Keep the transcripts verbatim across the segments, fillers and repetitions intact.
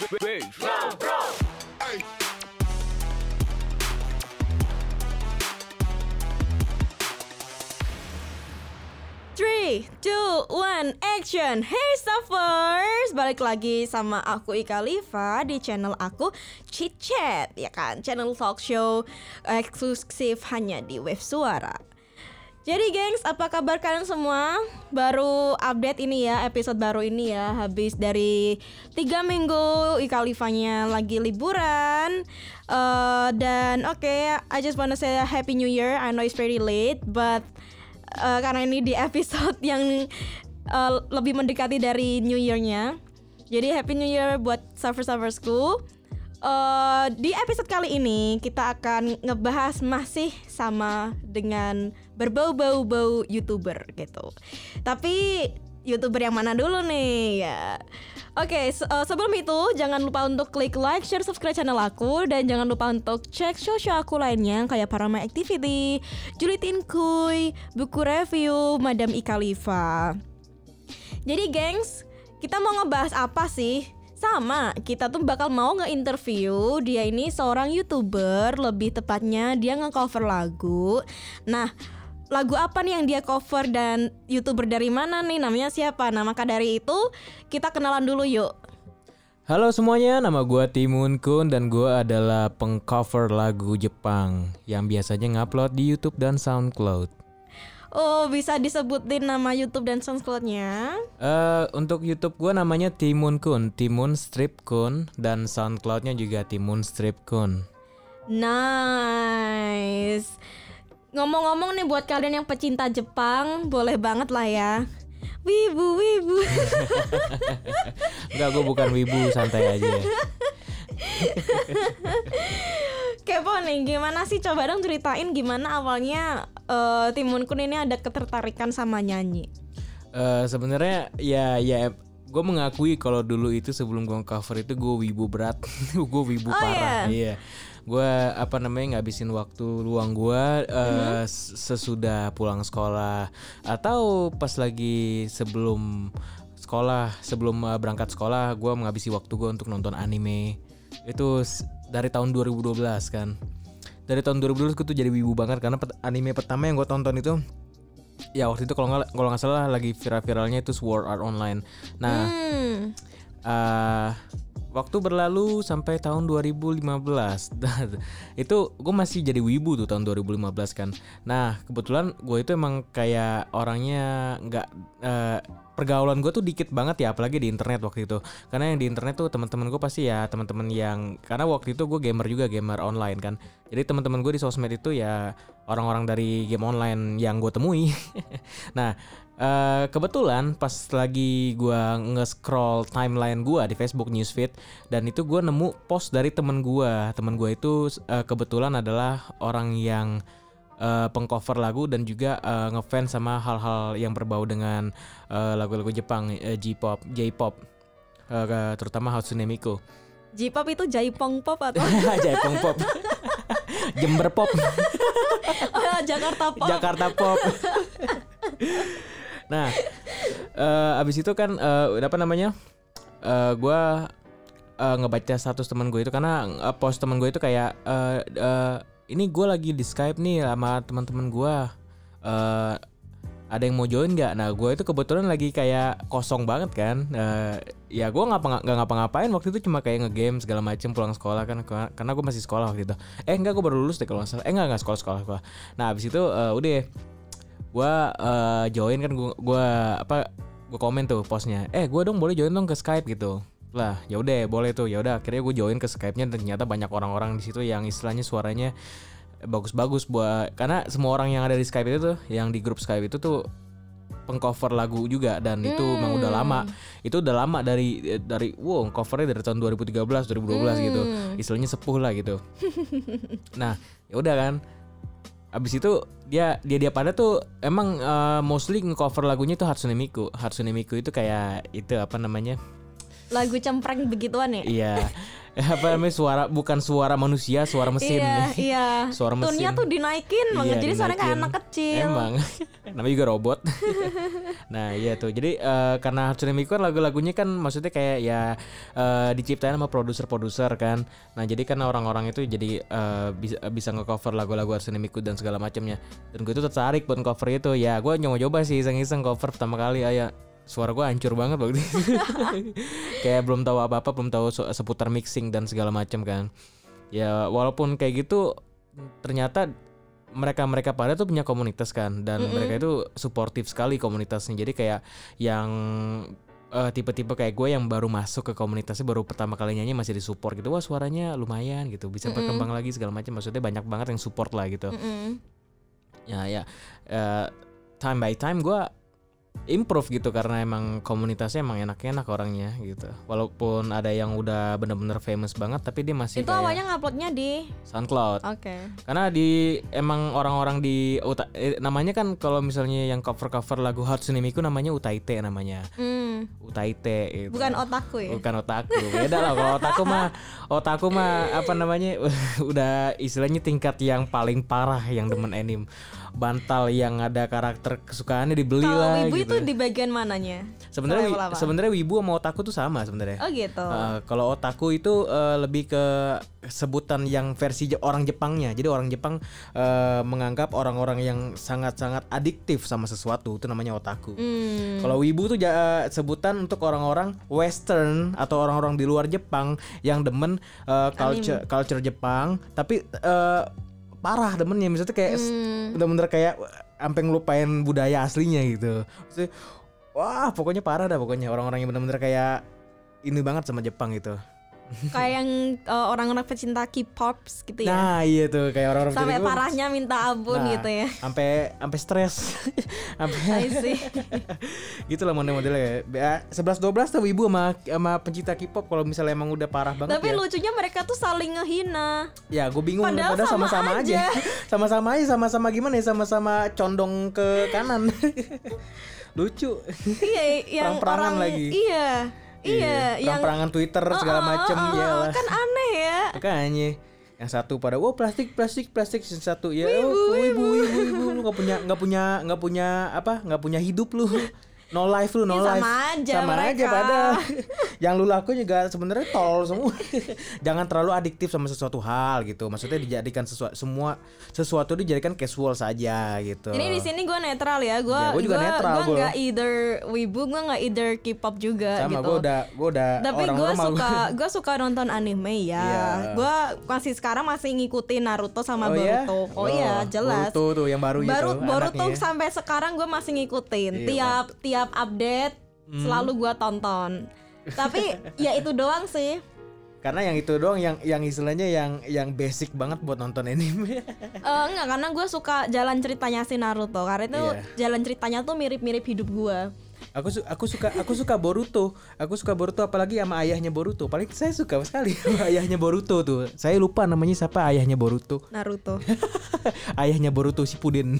three, two, one, action. Hey Staffers, balik lagi sama aku Ika Liva di channel aku Chit Chat, ya kan? Channel talk show eksklusif hanya di Wave Suara. Jadi gengs, apa kabar kalian semua? Baru update ini ya, episode baru ini ya. Habis dari tiga minggu Ika Livanya lagi liburan. uh, Dan oke, okay, I just wanna say Happy New Year. I know it's pretty late, but uh, karena ini di episode yang uh, lebih mendekati dari New Year-nya, jadi Happy New Year buat Staffers-Staffersku. Uh, di episode kali ini kita akan ngebahas masih sama dengan berbau-bau-bau YouTuber gitu. Tapi YouTuber yang mana dulu nih ya? Oke, okay, se- uh, sebelum itu jangan lupa untuk klik like, share, subscribe channel aku. Dan jangan lupa untuk cek show-show aku lainnya kayak Parama Activity, Julitin Kuy, Buku Review, Madam Ika Liva. Jadi gengs, kita mau ngebahas apa sih? Sama, kita tuh bakal mau nge-interview dia ini seorang YouTuber, lebih tepatnya dia nge-cover lagu. Nah, lagu apa nih yang dia cover dan YouTuber dari mana nih, namanya siapa? Nah, maka dari itu kita kenalan dulu yuk. Halo semuanya, nama gue Timun Kun dan gue adalah pengcover lagu Jepang yang biasanya ngupload di YouTube dan SoundCloud. Oh, bisa disebutin nama YouTube dan SoundCloud-nya? Uh, untuk YouTube gue namanya Timun Kun, Timun Strip Kun, dan SoundCloud-nya juga Timun Strip Kun. Nice. Ngomong-ngomong nih buat kalian yang pecinta Jepang, boleh banget lah ya. Wibu, wibu. Enggak, gue bukan wibu, santai aja. Kepo nih, gimana sih? Coba dong ceritain gimana awalnya uh, Timun Kun ini ada ketertarikan sama nyanyi. Uh, Sebenarnya ya ya gue mengakui kalau dulu itu sebelum gue cover itu gue wibu berat, gue wibu oh, parah. Iya. Iya. Gue apa namanya ngabisin waktu luang gue uh, mm-hmm. sesudah pulang sekolah atau pas lagi sebelum sekolah, sebelum uh, berangkat sekolah, gue menghabisi waktu gue untuk nonton anime. Itu dari tahun dua ribu dua belas kan. Dari tahun dua ribu dua belas gue tuh jadi wibu banget karena pet- anime pertama yang gue tonton itu ya waktu itu kalau nggak kalau nggak salah lagi viral-viralnya itu Sword Art Online. Nah, hmm. uh, waktu berlalu sampai tahun dua ribu lima belas. Itu gue masih jadi wibu tuh tahun dua ribu lima belas kan. Nah, kebetulan gue itu emang kayak orangnya nggak uh, pergaulan gue tuh dikit banget ya, apalagi di internet waktu itu. Karena yang di internet tuh teman-teman gue pasti ya teman-teman yang, karena waktu itu gue gamer juga, gamer online kan. Jadi teman-teman gue di sosmed itu ya orang-orang dari game online yang gue temui. Nah, uh, kebetulan pas lagi gue nge-scroll timeline gue di Facebook newsfeed, dan itu gue nemu post dari temen gue. Temen gue itu uh, kebetulan adalah orang yang Uh, pengcover lagu dan juga uh, ngefans sama hal-hal yang berbau dengan uh, lagu-lagu Jepang, uh, J-pop, J-pop, uh, terutama Hatsune Miku. J-pop itu Jaipong Pop atau? Jaipong Pop, Jember Pop, oh, Jakarta Pop. Jakarta Pop. Nah, uh, abis itu kan uh, apa namanya? Uh, gue uh, ngebaca status teman gue itu karena uh, post teman gue itu kayak. Uh, uh, Ini gue lagi di Skype nih sama teman-teman gue. Uh, ada yang mau join nggak? Nah, gue itu kebetulan lagi kayak kosong banget kan. Uh, ya gue ngapa nggak ngapa-ngapain waktu itu, cuma kayak ngegame segala macem pulang sekolah kan, karena gue masih sekolah waktu itu. Eh enggak, gue baru lulus deh kalau nggak salah. Eh enggak enggak sekolah sekolah sekolah. Nah, abis itu uh, udah gue uh, join kan, gue gue apa gue komen tuh postnya. Eh gue dong boleh join dong ke Skype gitu. Lah, ya udah boleh tuh. Ya udah akhirnya gue join ke Skype-nya dan ternyata banyak orang-orang di situ yang istilahnya suaranya bagus-bagus buat, karena semua orang yang ada di Skype itu tuh, yang di grup Skype itu tuh pengcover lagu juga, dan itu hmm. emang udah lama. Itu udah lama dari dari wow, covernya dari tahun dua ribu tiga belas dua ribu dua belas hmm. gitu. Istilahnya sepuh lah gitu. Nah, ya udah kan. Abis itu dia dia dia pada tuh emang uh, mostly nge-cover lagunya tuh Hatsune Miku. Hatsune Miku itu kayak itu apa namanya? Lagu cempreng begituan ya? Iya. apa namanya suara bukan suara manusia, suara mesin. Iya, iya. Suara mesin. Tune-nya tuh dinaikin banget. Iya, Jadi suaranya kayak dinaikin. anak kecil. Emang. Namanya juga robot. Nah, iya tuh. Jadi uh, karena Hatsune Miku kan lagu-lagunya kan maksudnya kayak ya uh, diciptain sama produser-produser kan. Nah, jadi kan orang-orang itu jadi uh, bisa bisa nge-cover lagu-lagu Hatsune Miku dan segala macamnya. Dan gue tuh tertarik buat cover itu. Ya, gue nyoba-nyoba sih iseng-iseng cover pertama kali ya. Suara gue hancur banget waktu itu. Kayak belum tahu apa-apa, belum tahu seputar mixing dan segala macam kan. Ya walaupun kayak gitu ternyata mereka-mereka pada tuh punya komunitas kan. Dan mm-hmm. mereka itu suportif sekali komunitasnya. Jadi kayak yang uh, tipe-tipe kayak gue yang baru masuk ke komunitasnya, baru pertama kali nyanyi masih disupport gitu. Wah suaranya lumayan gitu, bisa mm-hmm. berkembang lagi segala macam. Maksudnya banyak banget yang support lah gitu. Mm-hmm. Ya ya uh, time by time gue improve gitu karena emang komunitasnya emang enak-enak orangnya gitu. Walaupun ada yang udah bener-bener famous banget tapi dia masih itu awalnya nguploadnya di SoundCloud. Oke. Okay. Karena di emang orang-orang di uta, eh, namanya kan kalau misalnya yang cover-cover lagu Hatsune Miku namanya Utaite namanya. Mm. Utaite itu. Bukan otaku ya. Bukan otaku. Beda lah kalau otaku mah otaku mah apa namanya udah istilahnya tingkat yang paling parah yang demen anime. Bantal yang ada karakter kesukaannya dibeli kalo lah wibu gitu. itu di bagian mananya? Sebenarnya sebenarnya wibu sama otaku tuh sama sebenarnya. Oh gitu. Uh, kalau otaku itu uh, lebih ke sebutan yang versi orang Jepangnya. Jadi orang Jepang uh, menganggap orang-orang yang sangat-sangat adiktif sama sesuatu itu namanya otaku. Hmm. Kalau wibu tuh uh, sebutan untuk orang-orang western atau orang-orang di luar Jepang yang demen uh, culture Anime. culture Jepang tapi uh, parah demennya, misalnya kayak hmm. bener-bener kayak sampai ngelupain budaya aslinya gitu. Maksudnya, wah pokoknya parah dah pokoknya orang-orang yang bener-bener kayak ini banget sama Jepang gitu. Kayak yang uh, orang-orang pecinta K-pop gitu ya. Nah iya tuh kayak orang-orang sampai parahnya minta ampun nah, gitu ya. Sampai sampai stres. Sampai gitu lah model-modelnya ya. sebelas dua belas tuh ibu sama sama pencinta K-pop kalau misalnya emang udah parah banget. Tapi ya. lucunya mereka tuh saling ngehina. Ya gue bingung padahal, padahal sama-sama sama aja. Sama-sama aja sama-sama gimana ya sama-sama condong ke kanan. Lucu. Iya yang perang-perangan orang, lagi. Iya. Iya, iya, yang perang Twitter segala oh, macem oh, oh, ya lah. Kan aneh ya. Makanya yang satu pada oh plastik plastik plastik, yang satu ya wibu, oh wibu. wibu wibu wibu lu nggak punya nggak punya nggak punya apa nggak punya hidup lu. No life lu, no ya, life. Sama aja sama mereka. aja pada. Yang lu lakuin juga sebenarnya tol semua. Jangan terlalu adiktif sama sesuatu hal gitu. Maksudnya dijadikan sesuatu semua sesuatu dijadikan casual saja gitu. Ini di sini gue netral ya. Gue ya, juga gua, netral. Gue nggak either wibu, gue nggak either K-pop juga. Sama gitu. gue udah gue udah. Tapi gue suka gue suka nonton anime ya. Yeah. Gue masih sekarang masih ngikutin Naruto sama oh, Boruto. Ya? Oh iya oh, jelas. Boruto tuh yang baru Baru, itu. Boruto sampai sekarang gue masih ngikutin. Iya, tiap man. tiap update hmm. selalu gue tonton. Tapi ya itu doang sih. Karena yang itu doang yang yang istilahnya yang yang basic banget buat nonton anime. uh, enggak, karena gue suka jalan ceritanya si Naruto. Karena itu yeah. jalan ceritanya tuh mirip-mirip hidup gue. Aku su- aku suka aku suka Boruto. Aku suka Boruto apalagi sama ayahnya Boruto. Paling saya suka sekali sama ayahnya Boruto tuh. Saya lupa namanya siapa ayahnya Boruto. Naruto. Ayahnya Boruto Shippuden.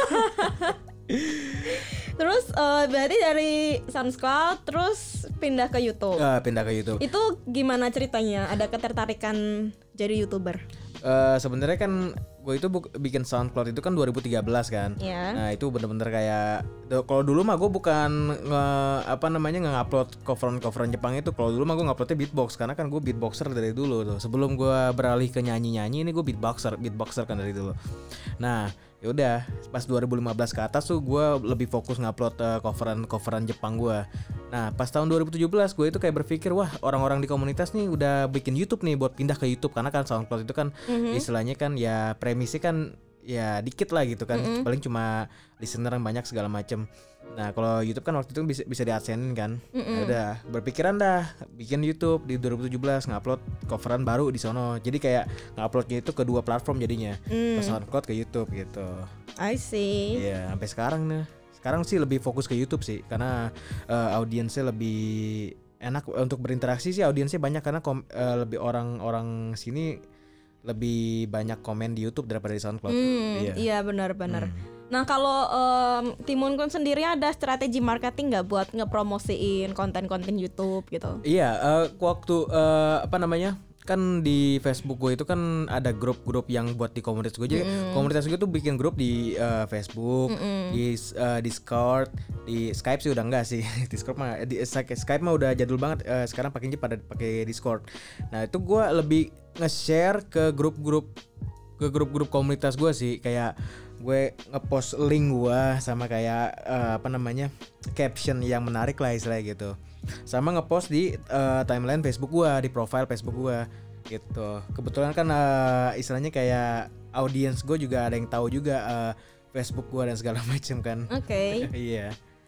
Terus uh, berarti dari SoundCloud terus pindah ke YouTube. Uh, pindah ke YouTube. Itu gimana ceritanya? Ada ketertarikan jadi YouTuber? Uh, sebenarnya kan gue itu bu- bikin SoundCloud itu kan dua ribu tiga belas kan. Yeah. Nah itu bener-bener kayak kalau dulu mah gue bukan nge, apa namanya nge-upload coveran-coveran Jepang itu. Kalau dulu mah gue nguploadnya beatbox karena kan gue beatboxer dari dulu tuh. Sebelum gue beralih ke nyanyi-nyanyi ini gue beatboxer, beatboxer kan dari dulu. Nah ya udah pas dua ribu lima belas ke atas tuh gue lebih fokus ngupload uh, coveran-coveran Jepang gue. Nah pas tahun dua ribu tujuh belas gue itu kayak berpikir wah orang-orang di komunitas nih udah bikin YouTube nih buat pindah ke YouTube karena kan SoundCloud itu kan mm-hmm. istilahnya kan ya premisnya kan ya dikit lah gitu kan mm-hmm. paling cuma listener yang banyak segala macem. Nah kalau YouTube kan waktu itu bisa bisa di adsense kan. Mm-hmm. Nah, udah berpikiran dah bikin YouTube di dua ribu tujuh belas ngupload coveran baru di sono. Jadi kayak nguploadnya itu ke dua platform jadinya mm. ke SoundCloud ke YouTube gitu. I see. Iya sampai sekarang nih. Sekarang sih lebih fokus ke YouTube sih karena uh, audiensnya lebih enak untuk berinteraksi sih, audiensnya banyak karena kom- uh, lebih orang-orang sini lebih banyak komen di YouTube daripada di SoundCloud. Hmm, iya, iya benar-benar. Hmm. Nah kalau um, Timun Kun sendiri ada strategi marketing nggak buat ngepromosiin konten-konten YouTube gitu? Iya, uh, waktu uh, apa namanya kan di Facebook gue itu kan ada grup-grup yang buat di komunitas gue. Jadi mm. komunitas gue tuh bikin grup di uh, Facebook, Mm-mm. di uh, Discord, di Skype sih udah enggak sih. Discord mah di Skype mah udah jadul banget. Uh, sekarang pakainya pada pakai Discord. Nah, itu gue lebih nge-share ke grup-grup ke grup-grup komunitas gue sih, kayak gue ngepost link gue sama kayak uh, apa namanya caption yang menarik lah istilahnya gitu. Sama ngepost di uh, timeline Facebook gua, di profile Facebook gua gitu. Kebetulan kan uh, istilahnya kayak audiens gue juga ada yang tahu juga uh, Facebook gua dan segala macam kan. Oke. Okay. Iya.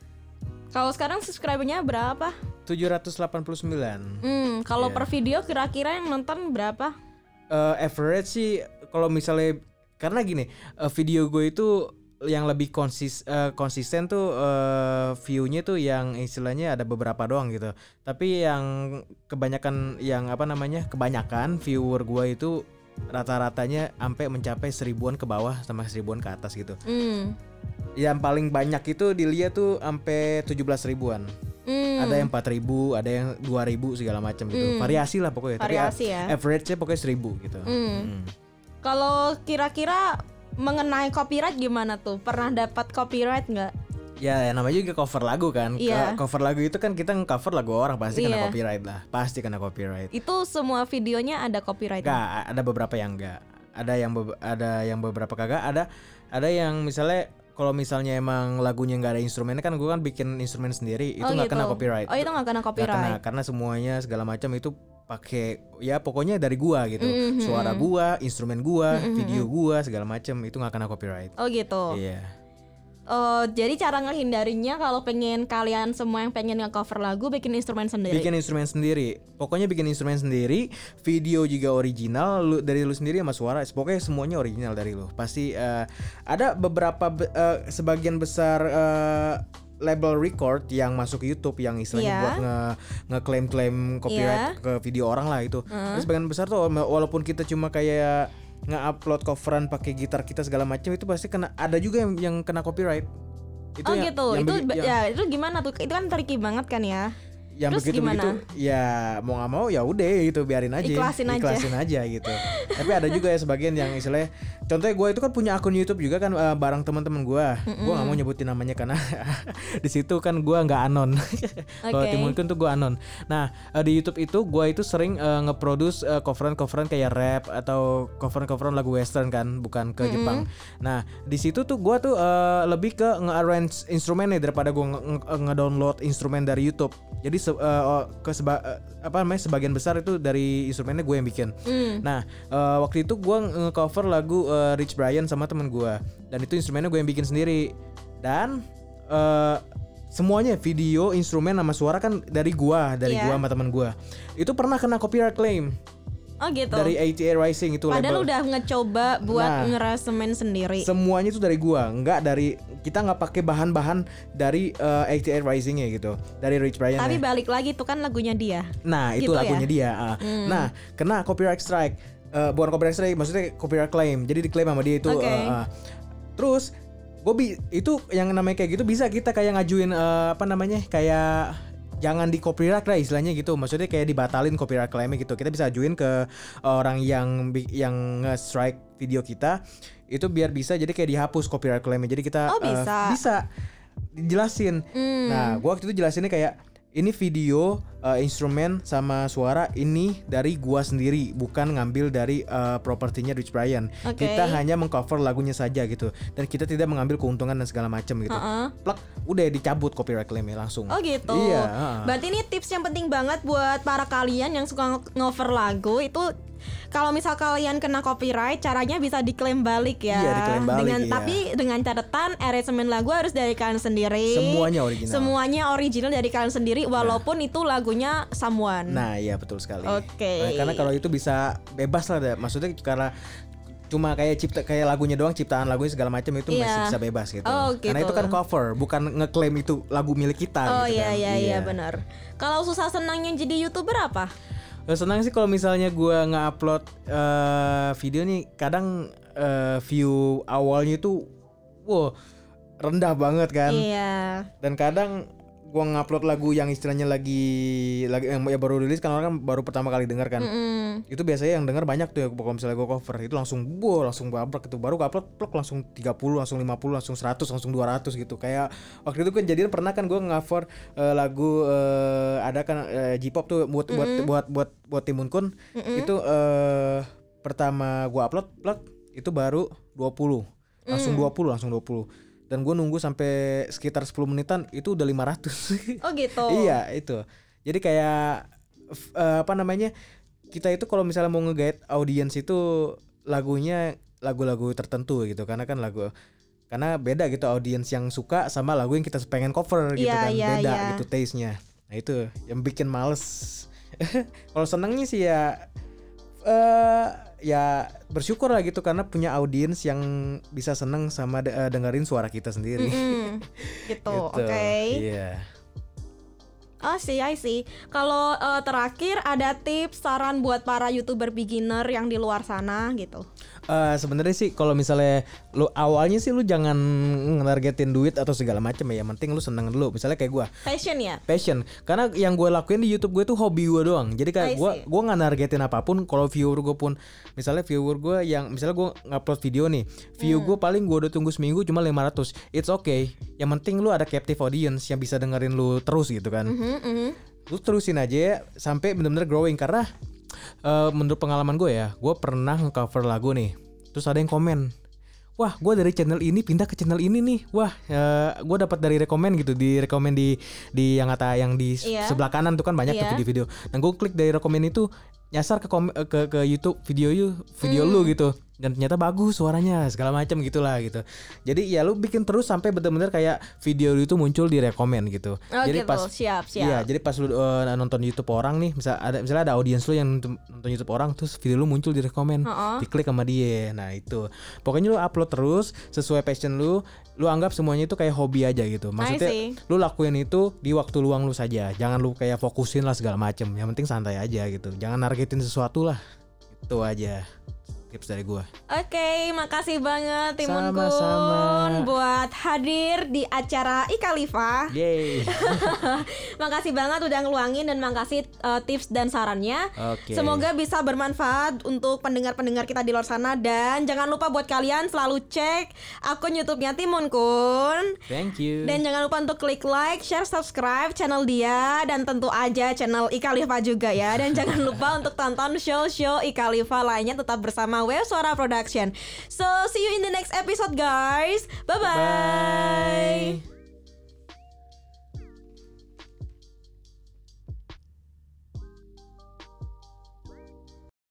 Kalau sekarang subscribernya berapa? tujuh ratus delapan puluh sembilan. Hmm, kalau yeah. per video kira-kira yang nonton berapa? Uh, average sih kalau misalnya, karena gini, uh, video gue itu yang lebih konsis uh, konsisten tuh uh, view-nya tuh yang istilahnya ada beberapa doang gitu. Tapi yang kebanyakan yang apa namanya kebanyakan viewer gua itu rata-ratanya sampai mencapai seribuan ke bawah sama seribuan ke atas gitu. Mm. Yang paling banyak itu dilihat tuh sampai tujuh belas ribuan. Mm. Ada yang empat ribu, ada yang dua ribu segala macam gitu. Mm. Variasi lah pokoknya. Variasi Tapi ya. Average-nya pokoknya seribu gitu. Mm. Mm. Kalau kira-kira mengenai copyright gimana tuh? Pernah dapat copyright nggak? Ya, ya namanya juga cover lagu kan. Iya. Cover lagu itu kan kita nge-cover lagu orang, pasti iya. kena copyright lah. Pasti kena copyright. Itu semua videonya ada copyright? Enggak, ada beberapa yang enggak. Ada yang be- ada yang beberapa kagak. Ada ada yang misalnya kalau misalnya emang lagunya nggak ada instrumennya, kan gue kan bikin instrumen sendiri, itu nggak oh, gitu. kena copyright. Oh, itu nggak kena copyright. Gak kena, karena semuanya segala macam itu pakai ya pokoknya dari gua gitu. Mm-hmm. Suara gua, instrumen gua, mm-hmm. video gua segala macam itu nggak kena copyright. Oh gitu. Iya. Oh, jadi cara ngehindarinya kalau pengen kalian semua yang pengen nge-cover lagu bikin instrumen sendiri. Bikin instrumen sendiri. Pokoknya bikin instrumen sendiri, video juga original lu, dari lu sendiri sama suara. Pokoknya semuanya original dari lu. Pasti uh, ada beberapa uh, sebagian besar uh, label record yang masuk ke YouTube yang istilahnya yeah. buat nge ngeklaim-klaim copyright yeah. ke video orang lah itu. Uh. Terus sebagian besar tuh walaupun kita cuma kayak nge-upload coveran pakai gitar kita segala macam, itu pasti kena, ada juga yang yang kena copyright. Itu oh yang, gitu. Yang itu begi, ya yang, itu gimana tuh? Itu kan tricky banget kan ya. Yang terus begitu gimana? begitu ya mau nggak mau ya udah gitu, biarin aja, ikhlasin, ikhlasin aja, aja gitu. Tapi ada juga ya sebagian yang istilahnya, contohnya gue itu kan punya akun YouTube juga kan uh, bareng teman-teman gue. Gue nggak mau nyebutin namanya karena di situ kan gue nggak anon. Kalau okay. Timunkun tuh gue anon. Nah uh, di YouTube itu gue itu sering uh, nge-produce uh, coveran-coveran kayak rap atau coveran-coveran lagu western kan, bukan ke mm-hmm. Jepang. Nah di situ tuh gue tuh uh, lebih ke nge-arrange instrumennya daripada gue nge-download instrumen dari YouTube. Jadi se- uh, ke seba- uh, apa namanya sebagian besar itu dari instrumennya gue yang bikin. Mm. Nah uh, waktu itu gue nge-cover lagu uh, Rich Brian sama temen gue, dan itu instrumennya gue yang bikin sendiri. Dan uh, semuanya video, instrumen sama suara kan dari gue, dari yeah. gue sama temen gue. Itu pernah kena copyright claim. Oh gitu. Dari A T A Rising itu padahal label. Udah ngecoba buat nah, ngerasemen sendiri. Semuanya itu dari gua, enggak dari, kita nggak pakai bahan-bahan dari uh, A T A Rising-nya gitu, dari Rich Brian. Tapi balik lagi itu kan lagunya dia. Nah itu gitu lagunya ya? dia. Uh. Hmm. Nah kena copyright strike, uh, bukan copyright strike, maksudnya copyright claim. Jadi diklaim sama dia itu. Okay. Uh, uh. Terus gue bi- itu yang namanya kayak gitu bisa kita kayak ngajuin uh, apa namanya kayak jangan di copyright lah istilahnya gitu, maksudnya kayak dibatalin copyright claimnya gitu. Kita bisa ajuin ke orang yang yang nge-strike video kita itu biar bisa jadi kayak dihapus copyright claimnya. Jadi kita oh, bisa. Uh, bisa dijelasin. Mm. Nah, gua waktu itu jelasinnya kayak ini video, uh, instrumen sama suara ini dari gua sendiri, bukan ngambil dari uh, propertinya Rich Brian. Okay. Kita hanya mengcover lagunya saja gitu, dan kita tidak mengambil keuntungan dan segala macam gitu. Uh-uh. Plak, udah dicabut copyright claimnya langsung. Oh gitu. Iya. Uh-uh. Berarti ini tips yang penting banget buat para kalian yang suka ngover lagu itu. Kalau misal kalian kena copyright, caranya bisa diklaim balik ya. Iya, diklaim balik. Dengan iya. Tapi dengan catatan aransemen lagu harus dari kalian sendiri. Semuanya original. Semuanya original dari kalian sendiri, walaupun nah. itu lagunya someone. Nah, iya betul sekali. Oke. Okay. Nah, karena kalau itu bisa bebas lah, deh. Maksudnya karena cuma kayak cipta kayak lagunya doang, ciptaan lagunya segala macam itu yeah. masih bisa bebas gitu. Oh, gitu. Karena itu kan cover, bukan ngeklaim itu lagu milik kita. Oh gitu iya kan. iya iya benar. Kalau susah senangnya jadi YouTuber apa? Senang sih kalau misalnya gue nge-upload uh, video nih, kadang uh, view awalnya tuh wow rendah banget kan. Iya. Dan kadang gua ngupload lagu yang istilahnya lagi lagi yang ya baru rilis kan orang kan baru pertama kali denger kan. Mm-mm. Itu biasanya yang denger banyak tuh ya kalau misalnya gua cover itu langsung bo langsung babrak itu baru gua upload plok langsung tiga puluh, langsung lima puluh, langsung seratus, langsung dua ratus gitu. Kayak waktu itu kejadian pernah kan gua nge-cover uh, lagu uh, ada kan uh, J-pop tuh buat buat Mm-mm. buat buat buat Timun Kun. Mm-mm. Itu uh, pertama gua upload plok itu baru dua puluh. Langsung Mm. dua puluh, langsung dua puluh. Dan gue nunggu sampai sekitar sepuluh menitan itu udah lima ratus. Oh gitu. Iya itu. Jadi kayak f- eh, apa namanya? Kita itu kalau misalnya mau nge-guide audiens itu lagunya lagu-lagu tertentu gitu karena kan lagu karena beda gitu audiens yang suka sama lagu yang kita pengen cover gitu Iya, kan iya, beda iya. gitu taste-nya. Nah itu yang bikin males. Kalau senengnya sih ya eh ya bersyukur lah gitu karena punya audiens yang bisa seneng sama de- eh, dengerin suara kita sendiri. Mm-mm. Gitu, oke. Iya. Oh sih, I see. Kalau uh, terakhir ada tips saran buat para YouTuber beginner yang di luar sana gitu. Uh, sebenarnya sih kalau misalnya lu awalnya sih lu jangan nge-targetin duit atau segala macam ya. Yang penting lu seneng dulu. Misalnya kayak gua. Passion ya? Passion. Karena yang gue lakuin di YouTube gue tuh hobi gue doang. Jadi kayak I gue see. gue nggak nargetin apapun. Kalau viewer gue pun, misalnya viewer gue yang misalnya gue ngupload video nih, view Hmm. gue paling gue udah tunggu seminggu cuma lima ratus. It's okay. Yang penting lu ada captive audience yang bisa dengerin lu terus gitu kan. Mhm, mhm. Lu terusin aja ya, sampai benar-benar growing karena eh, menurut pengalaman gue ya, gue pernah nge-cover lagu nih. Terus ada yang komen, wah gue dari channel ini pindah ke channel ini nih, wah uh, gue dapat dari rekomen gitu, di rekomen di di yang kata yang di Iya. sebelah kanan tuh kan banyak tuh Iya. video-video. Dan gue klik dari rekomen itu nyasar ke kom- ke ke YouTube video you video Hmm. lu gitu. Dan ternyata bagus suaranya segala macam gitulah gitu. Jadi ya lu bikin terus sampai benar-benar kayak video lu itu muncul di rekomen gitu. Oh jadi gitu, pas siap, siap. Iya, jadi pas lu uh, nonton YouTube orang nih, misal ada misalnya ada audiens lu yang nonton nonton YouTube orang terus video lu muncul di rekomen, Uh-uh. diklik sama dia. Nah, itu. Pokoknya lu upload terus sesuai passion lu, lu anggap semuanya itu kayak hobi aja gitu. Maksudnya see. lu lakuin itu di waktu luang lu saja. Jangan lu kayak fokusin lah segala macem. Yang penting santai aja gitu. Jangan nargetin sesuatu lah. Itu aja tips dari gua. Oke, makasih banget Timun Kun Sama-sama. buat hadir di acara Ikalifa. Yeay. Makasih banget udah ngeluangin dan makasih uh, tips dan sarannya. Oke. Semoga bisa bermanfaat untuk pendengar-pendengar kita di luar sana. Dan jangan lupa buat kalian selalu cek akun YouTube-nya Timun Kun. Thank you. Dan jangan lupa untuk klik like, share, subscribe channel dia. Dan tentu aja channel Ikalifa juga ya. Dan jangan lupa untuk tonton show-show Ikalifa lainnya tetap bersama Web Suara Production. So see you in the next episode guys. Bye-bye. Bye.